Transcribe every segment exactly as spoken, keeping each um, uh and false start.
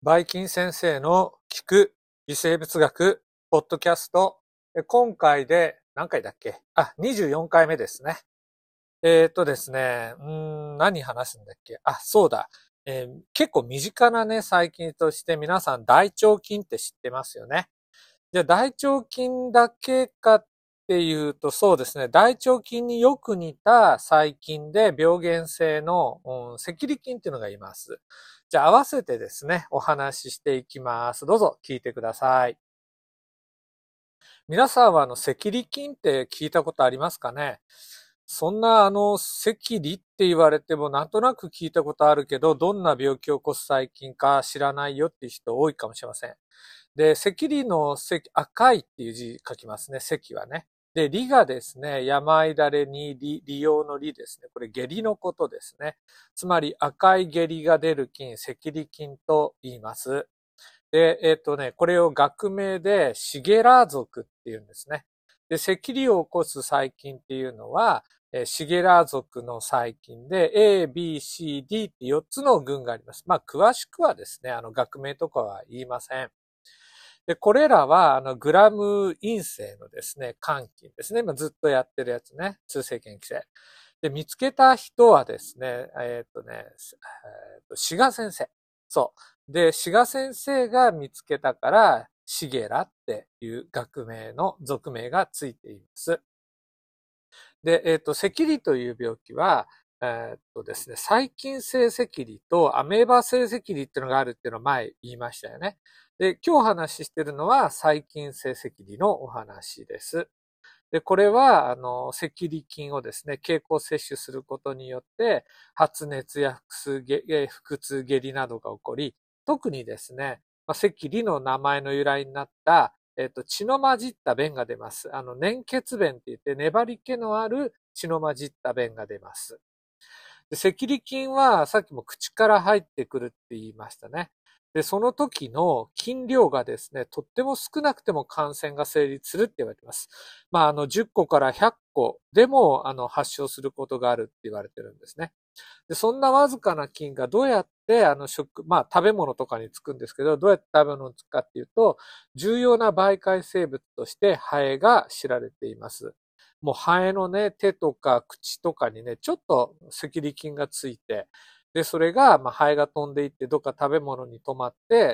バイキン先生の聞く微生物学ポッドキャスト。今回で何回だっけ？あ、にじゅうよんかいめですね。えーっとですね、うーん、何話すんだっけ？あ、そうだ。えー結構身近なね、細菌として皆さん大腸菌って知ってますよね。じゃあ大腸菌だけかっていうとそうですね、大腸菌によく似た細菌で病原性の、うん、赤痢菌っていうのがいます。じゃあ合わせてですね、お話ししていきます。どうぞ聞いてください。皆さんはあの赤痢菌って聞いたことありますかね？そんなあの赤痢って言われてもなんとなく聞いたことあるけど、どんな病気を起こす細菌か知らないよっていう人多いかもしれません。で、赤痢の赤、赤いっていう字書きますね。赤はね。で、痢がですね、病だれに利、利用の利ですね。これ下痢のことですね。つまり赤い下痢が出る菌、赤痢菌と言います。で、えっとね、これを学名でシゲラ属っていうんですね。で、赤痢を起こす細菌っていうのは、シゲラ属の細菌で A、B、C、D ってよっつの群があります。まあ、詳しくはですね、あの、学名とかは言いません。で、これらは、あの、グラム陰性のですね、肝菌ですね。今ずっとやってるやつね。通性検気性。で、見つけた人はですね、えーっとね、えーっと、志賀先生。そう。で、志賀先生が見つけたから、シゲラっていう学名の属名がついています。で、えっと、赤痢という病気は、えーっとですね、細菌性赤痢とアメーバ性赤痢っていうのがあるっていうのを前言いましたよね。で、今日話してるのは細菌性赤痢のお話です。で、これは、あの、赤痢菌をですね、経口摂取することによって、発熱や腹痛、腹痛下痢などが起こり、特にですね、まあ、赤痢の名前の由来になった、えっと、血の混じった便が出ます。あの、粘血便って言って、粘り気のある血の混じった便が出ます。で、赤痢菌は、さっきも口から入ってくるって言いましたね。で、その時の菌量がですね、とっても少なくても感染が成立するって言われています。まあ、あの、じゅっこからひゃっこでも、あの、発症することがあるって言われてるんですね。で、そんなわずかな菌がどうやって、あの、食、まあ、食べ物とかにつくんですけど、どうやって食べ物につくかっていうと、重要な媒介生物としてハエが知られています。もうハエのね、手とか口とかにね、ちょっと赤痢菌がついて、で、それが、まあ、ハエが飛んでいって、どっか食べ物に止まって、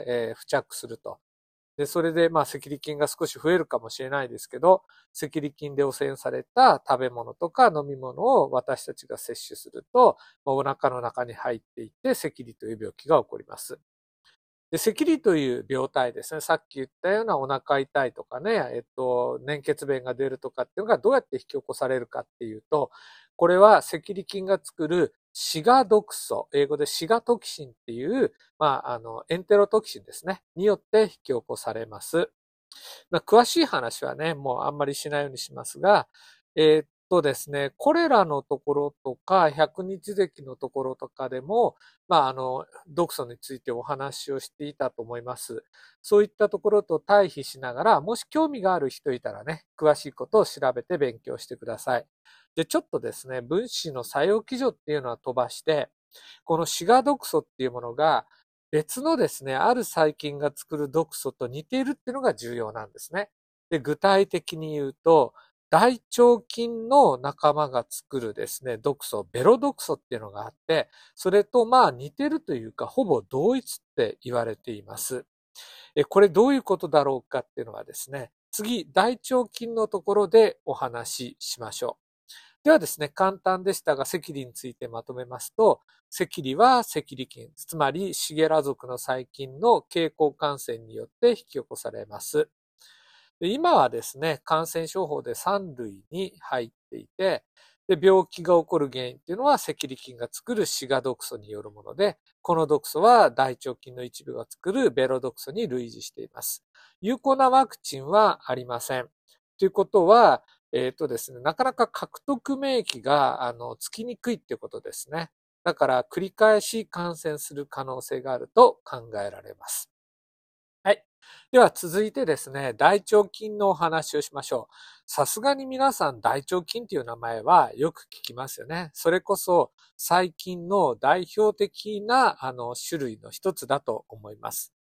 えー付着すると。で、それで、まあ、赤痢菌が少し増えるかもしれないですけど、赤痢菌で汚染された食べ物とか飲み物を私たちが摂取すると、まあ、お腹の中に入っていって、赤痢という病気が起こります。で、赤痢という病態ですね。さっき言ったようなお腹痛いとかね、えっと、粘血便が出るとかっていうのがどうやって引き起こされるかっていうと、これは赤痢菌が作るシガ毒素、英語でシガトキシンっていう、まあ、あの、エンテロトキシンですね、によって引き起こされます。まあ、詳しい話はね、もうあんまりしないようにしますが、えーっとですね、これらのところとか、百日咳のところとかでも、まあ、あの、毒素についてお話をしていたと思います。そういったところと対比しながら、もし興味がある人いたらね、詳しいことを調べて勉強してください。で、ちょっとですね、分子の作用基準っていうのは飛ばして、このシガ毒素っていうものが、別のですね、ある細菌が作る毒素と似ているっていうのが重要なんですね。で、具体的に言うと、大腸菌の仲間が作るですね、毒素、ベロ毒素っていうのがあって、それとまあ似てるというか、ほぼ同一って言われています。え、これどういうことだろうかっていうのはですね、次、大腸菌のところでお話ししましょう。ではですね、簡単でしたが、赤痢についてまとめますと、赤痢は赤痢菌、つまりシゲラ属の細菌の経口感染によって引き起こされます。で今はですね、感染症法でさん類に入っていて、で病気が起こる原因っていうのは赤痢菌が作るシガ毒素によるもので、この毒素は大腸菌の一部が作るベロ毒素に類似しています。有効なワクチンはありません。ということは、えっとですね、なかなか獲得免疫が、あの、つきにくいっていうことですね。だから、繰り返し感染する可能性があると考えられます。はい。では続いてですね、大腸菌のお話をしましょう。さすがに皆さん大腸菌っていう名前はよく聞きますよね。それこそ細菌の代表的なあの種類の一つだと思います。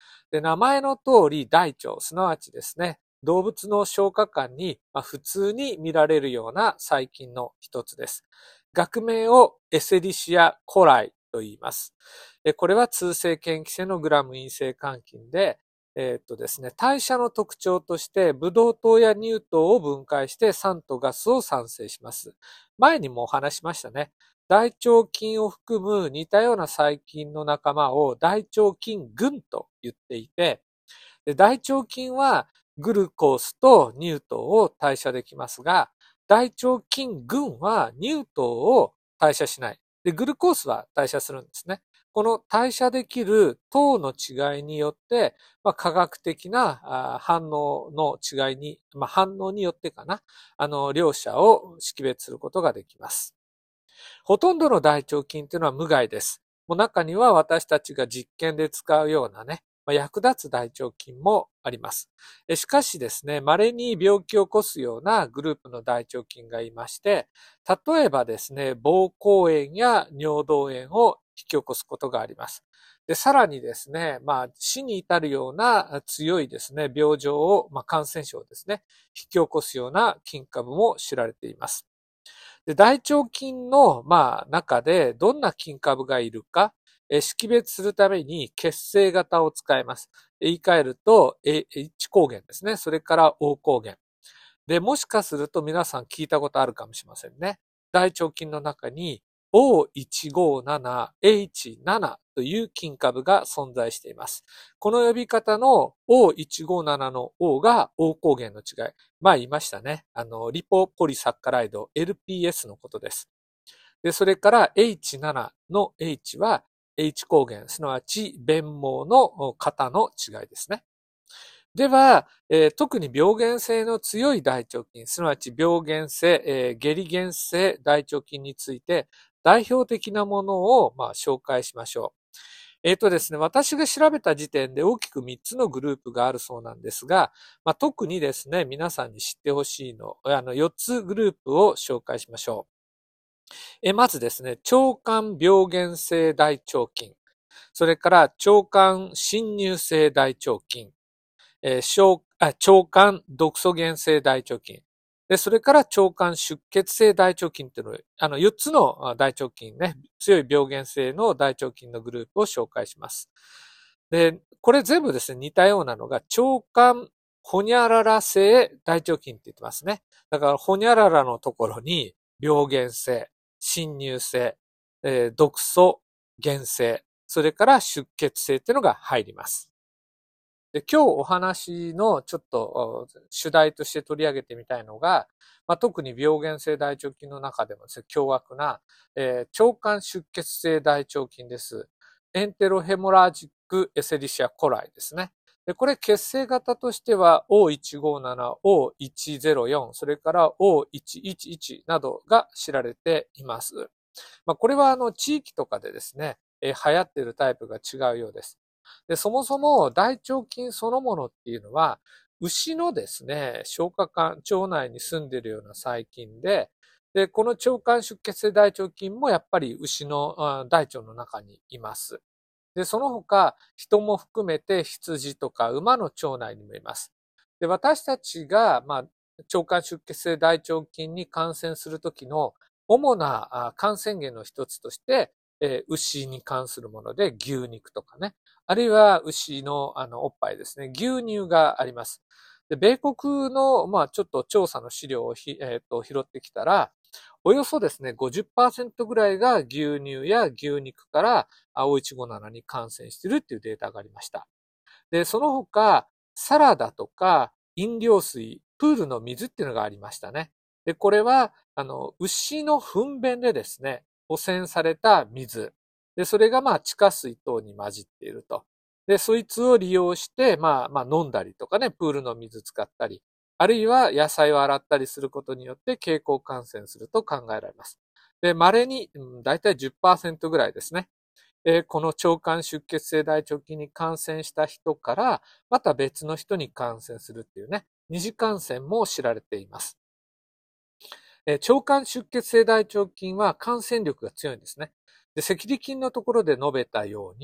で、名前の通り大腸、すなわちですね、動物の消化管に普通に見られるような細菌の一つです。学名をエセリシアコライと言います。これは通性嫌気性のグラム陰性肝菌で、えー、っとですね、代謝の特徴としてブドウ糖や乳糖を分解して酸とガスを産生します。前にもお話しましたね。大腸菌を含む似たような細菌の仲間を大腸菌群と言っていて、大腸菌はグルコースと乳糖を代謝できますが、大腸菌群は乳糖を代謝しない。で、グルコースは代謝するんですね。この代謝できる糖の違いによって、まあ、科学的な反応の違いに、まあ、反応によってかな、あの、両者を識別することができます。ほとんどの大腸菌というのは無害です。もう中には私たちが実験で使うようなね、役立つ大腸菌もあります。しかしですね、稀に病気を起こすようなグループの大腸菌がいまして、例えばですね、膀胱炎や尿道炎を引き起こすことがあります。で、さらにですね、まあ、死に至るような強いですね、病状を、まあ、感染症をですね、引き起こすような菌株も知られています。で、大腸菌の、まあ、中でどんな菌株がいるか、え識別するために血清型を使います。言い換えると、H 抗原ですね。それから O 抗原。で、もしかすると皆さん聞いたことあるかもしれませんね。大腸菌の中に オーいちごーななエイチセブン という菌株が存在しています。この呼び方の オーいちごーなな の O が O 抗原の違い。まあ言いましたね。あの、リポポリサッカライド エルピーエス のことです。で、それから エイチセブン の H は H 抗原、すなわち弁毛の型の違いですね。では、えー、特に病原性の強い大腸菌、すなわち病原性、えー、下痢原性大腸菌について代表的なものを、まあ、紹介しましょう。えっとですね、私が調べた時点で大きくみっつのグループがあるそうなんですが、まあ、特にですね、皆さんに知ってほしいの、あのよっつグループを紹介しましょう。えまずですね、腸管病原性大腸菌、それから腸管侵入性大腸菌、えー、腸管毒素原性大腸菌。で、それから腸管出血性大腸菌っていうのを、あの、よっつの大腸菌ね、強い病原性の大腸菌のグループを紹介します。で、これ全部ですね、似たようなのが、腸管ホニャララ性大腸菌って言ってますね。だから、ホニャララのところに、病原性、侵入性、えー、毒素原性、それから出血性っていうのが入ります。で、今日お話のちょっと主題として取り上げてみたいのが、まあ、特に病原性大腸菌の中でもですね、凶悪な、えー、腸管出血性大腸菌です。エンテロヘモラジックエセリシアコライですね。で、これ血清型としては オーいちごーなな、オーいちゼロよん、それから オーいちいちいち などが知られています。まあ、これはあの地域とかでですね、えー、流行っているタイプが違うようです。で、そもそも大腸菌そのものっていうのは、牛のですね、消化管、腸内に住んでいるような細菌で、で、この腸管出血性大腸菌もやっぱり牛の大腸の中にいます。で、その他、人も含めて羊とか馬の腸内にもいます。で、私たちが、まあ、腸管出血性大腸菌に感染するときの主な感染源の一つとして、えー、牛に関するもので牛肉とかね、あるいは牛のあのおっぱいですね、牛乳があります。で、米国の、まあ、ちょっと調査の資料をひ、えー、と拾ってきたら、およそですね、ごじゅっパーセント ぐらいが牛乳や牛肉からオーいちごーななに感染しているっていうデータがありました。で、その他、サラダとか飲料水、プールの水っていうのがありましたね。で、これは、あの、牛の糞便でですね、汚染された水。で、それがまあ地下水等に混じっていると。で、そいつを利用して、まあ、まあ飲んだりとかね、プールの水使ったり、あるいは野菜を洗ったりすることによって経口感染すると考えられます。で、稀に、うん、だいたい じゅっパーセント ぐらいですね。えー、この腸管出血性大腸菌に感染した人から、また別の人に感染するっていうね、二次感染も知られています。えー、腸管出血性大腸菌は感染力が強いんですね。で、赤痢菌のところで述べたように、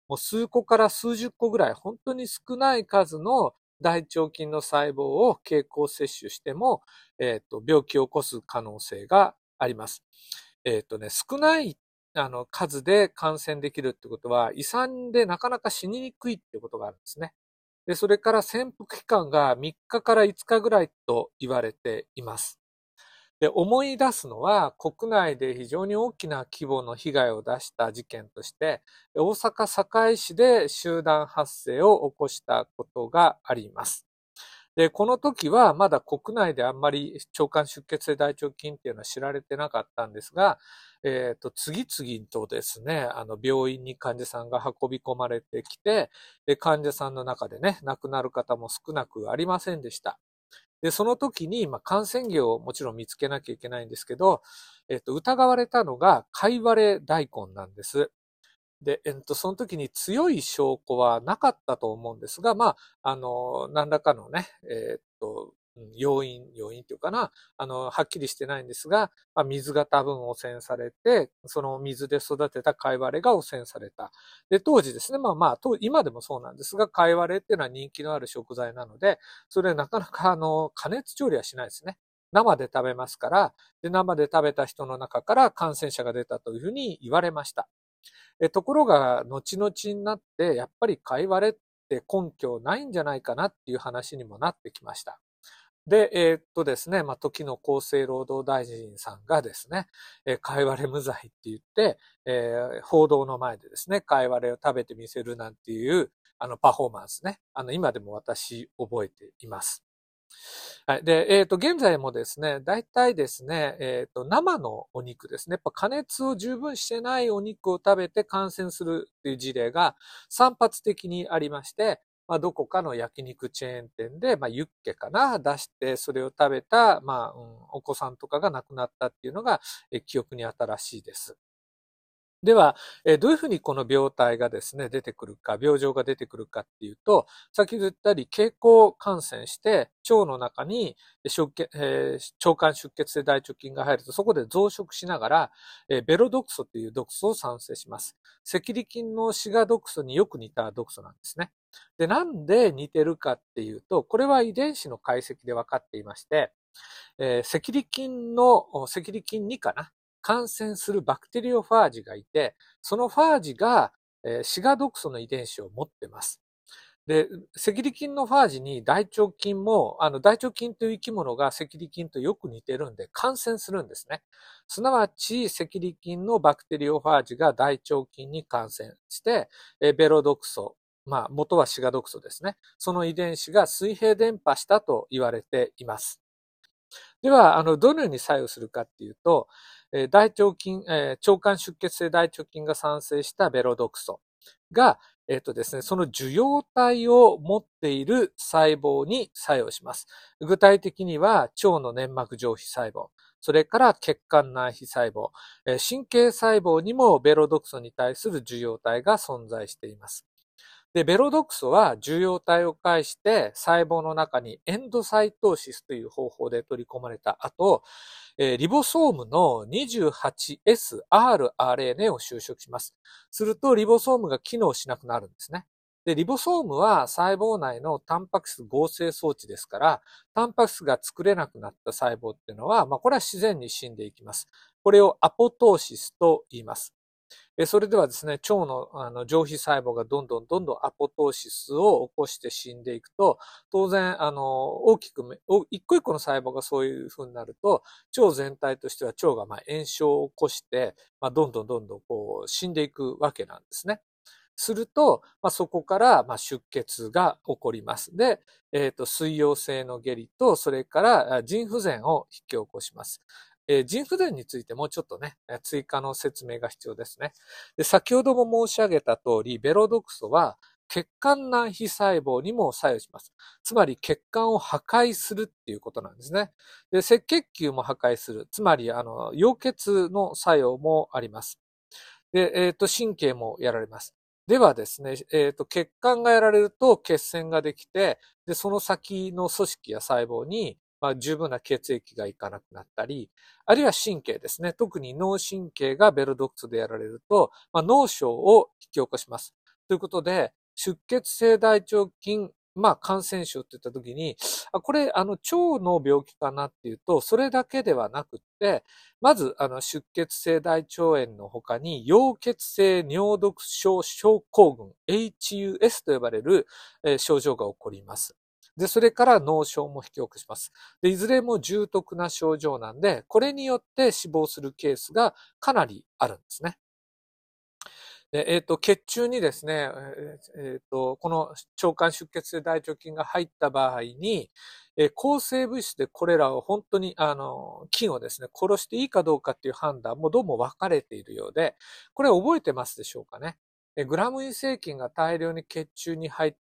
もう数個から数十個ぐらい、本当に少ない数の大腸菌の細胞を経口摂取しても、えっと、病気を起こす可能性があります。えっとね、少ないあの数で感染できるってことは、胃酸でなかなか死ににくいってことがあるんですね。で、それから潜伏期間がみっかからいつかぐらいと言われています。で、思い出すのは、国内で非常に大きな規模の被害を出した事件として、大阪堺市で集団発生を起こしたことがあります。で、この時はまだ国内であんまり腸管出血性大腸菌っていうのは知られてなかったんですが、えっと、次々とですね、あの、病院に患者さんが運び込まれてきて、で、患者さんの中でね、亡くなる方も少なくありませんでした。で、その時に、まあ、感染源をもちろん見つけなきゃいけないんですけど、えっと、疑われたのが、貝割れ大根なんです。で、えっと、その時に強い証拠はなかったと思うんですが、まあ、あの、何らかのね、えっと、要因、要因っていうかな、あの、はっきりしてないんですが、まあ、水が多分汚染されて、その水で育てた貝割れが汚染された。で、当時ですね、まあまあ、今でもそうなんですが、貝割れっていうのは人気のある食材なので、それなかなかあの、加熱調理はしないですね。生で食べますから、で、生で食べた人の中から感染者が出たというふうに言われました。えところが、後々になって、やっぱり貝割れって根拠ないんじゃないかなっていう話にもなってきました。で、えーっとですね、まあ、時の厚生労働大臣さんがですね、えー、貝割れ無罪って言って、えー報道の前でですね、貝割れを食べてみせるなんていう、あの、パフォーマンスね。あの、今でも私覚えています。はい。で、えっと、現在もですね、大体ですね、えっと、生のお肉ですね。やっぱ加熱を十分してないお肉を食べて感染するっていう事例が散発的にありまして、まあ、どこかの焼肉チェーン店で、まあ、ユッケかな、出して、それを食べた、まあ、うん、お子さんとかが亡くなったっていうのが、え記憶に新しいです。では、えーどういうふうにこの病態がですね、出てくるか、病状が出てくるかっていうと、先ほど言ったように経口感染して、腸の中に出血、えー腸管出血性大腸菌が入ると、そこで増殖しながら、えーベロ毒素という毒素を産生します。赤痢菌の死が毒素によく似た毒素なんですね。で、なんで似てるかっていうと、これは遺伝子の解析で分かっていまして、えー赤痢菌の、赤痢菌にかな、感染するバクテリオファージがいて、そのファージが、えー、シガ毒素の遺伝子を持っています。で、赤痢菌のファージに大腸菌も、あの、大腸菌という生き物が赤痢菌とよく似てるんで感染するんですね。すなわち、赤痢菌のバクテリオファージが大腸菌に感染して、えベロ毒素、まあ、元はシガ毒素ですね。その遺伝子が水平伝播したと言われています。では、あの、どのように作用するかっていうと、えー大腸菌、えー腸管出血性大腸菌が産生したベロ毒素が、えっとですね、その受容体を持っている細胞に作用します。具体的には、腸の粘膜上皮細胞、それから血管内皮細胞、えー神経細胞にもベロ毒素に対する受容体が存在しています。で、ベロ毒素は受容体を介して細胞の中にエンドサイトーシスという方法で取り込まれた後、えーリボソームの にじゅうはちエスアールアールエヌエー を収縮します。すると、リボソームが機能しなくなるんですね。で、リボソームは細胞内のタンパク質合成装置ですから、タンパク質が作れなくなった細胞っていうのは、まあ、これは自然に死んでいきます。これをアポトーシスと言います。それではですね、腸のあの上皮細胞がどんどんどんどんアポトーシスを起こして死んでいくと、当然、あの、大きくめ、一個一個の細胞がそういう風になると、腸全体としては腸がまあ炎症を起こして、まあ、どんどんどんどんこう死んでいくわけなんですね。すると、まあ、そこからまあ出血が起こります。で、えっと、水溶性の下痢と、それから腎不全を引き起こします。えー腎不全についてもうちょっとね、追加の説明が必要ですね。で、先ほども申し上げた通り、ベロ毒素は血管内皮細胞にも作用します。つまり血管を破壊するっていうことなんですね。で、赤血球も破壊する。つまり、あの、溶血の作用もあります。で、えっと、神経もやられます。ではですね、えっと、血管がやられると血栓ができて、で、その先の組織や細胞に、まあ、十分な血液がいかなくなったり、あるいは神経ですね。特に脳神経がベロ毒素でやられると、まあ、脳症を引き起こします。 ということで、出血性大腸菌、まあ感染症って言った時に、あ、これあの腸の病気かなっていうと、それだけではなくって、まずあの出血性大腸炎の他に、溶血性尿毒症症候群、エイチユーエス と呼ばれる、えー症状が起こります。で、それから脳症も引き起こします。で、いずれも重篤な症状なんで、これによって死亡するケースがかなりあるんですね。で、えっ、と、血中にですね、えっ、と、この腸管出血性大腸菌が入った場合に、えー抗生物質でこれらを本当に、あの、菌をですね、殺していいかどうかっていう判断もどうも分かれているようで、これ覚えてますでしょうかね。えグラム陰性菌が大量に血中に入って、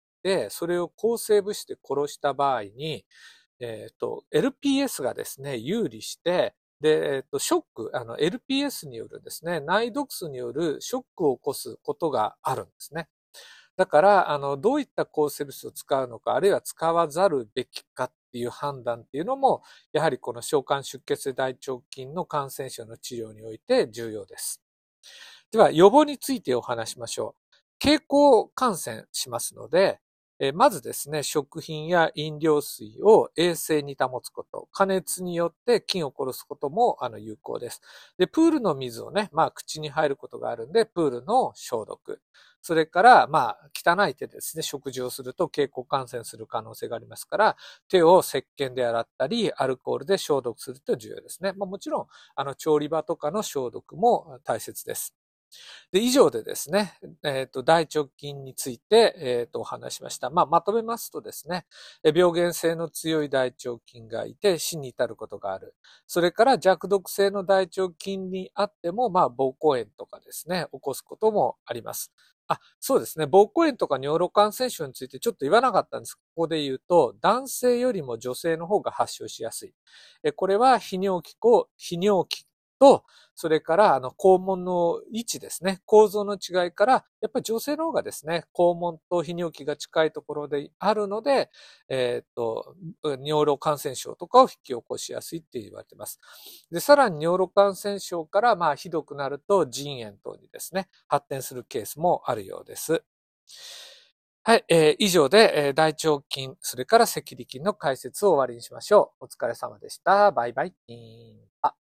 それを抗生物質で殺した場合に、えっ、と、エルピーエス がですね、有利して、で、えっ、と、ショック、あの、エルピーエス によるですね、内毒素によるショックを起こすことがあるんですね。だから、あの、どういった抗生物質を使うのか、あるいは使わざるべきかっていう判断っていうのも、やはりこの小管出血性大腸菌の感染症の治療において重要です。では、予防についてお話しましょう。経口感染しますので、えまずですね、食品や飲料水を衛生に保つこと、加熱によって菌を殺すこともあの有効です。で、プールの水をね、まあ口に入ることがあるんで、プールの消毒。それから、まあ、汚い手でですね、食事をすると経口感染する可能性がありますから、手を石鹸で洗ったり、アルコールで消毒すると重要ですね。まあもちろん、あの、調理場とかの消毒も大切です。で、以上でですね、えっ、と、大腸菌について、えっ、と、お話しました。まあ、まとめますとですね、病原性の強い大腸菌がいて死に至ることがある。それから弱毒性の大腸菌にあっても、まあ、膀胱炎とかですね、起こすこともあります。あ、そうですね。膀胱炎とか尿路感染症についてちょっと言わなかったんです。ここで言うと、男性よりも女性の方が発症しやすい。これは泌尿器と、泌尿器と、それから、あの、肛門の位置ですね。構造の違いから、やっぱり女性の方がですね、肛門と泌尿器が近いところであるので、えーっと、尿路感染症とかを引き起こしやすいって言われています。で、さらに尿路感染症から、まあ、ひどくなると腎炎等にですね、発展するケースもあるようです。はい、えー、以上で、えー、大腸菌、それから赤痢菌の解説を終わりにしましょう。お疲れ様でした。バイバイ。あ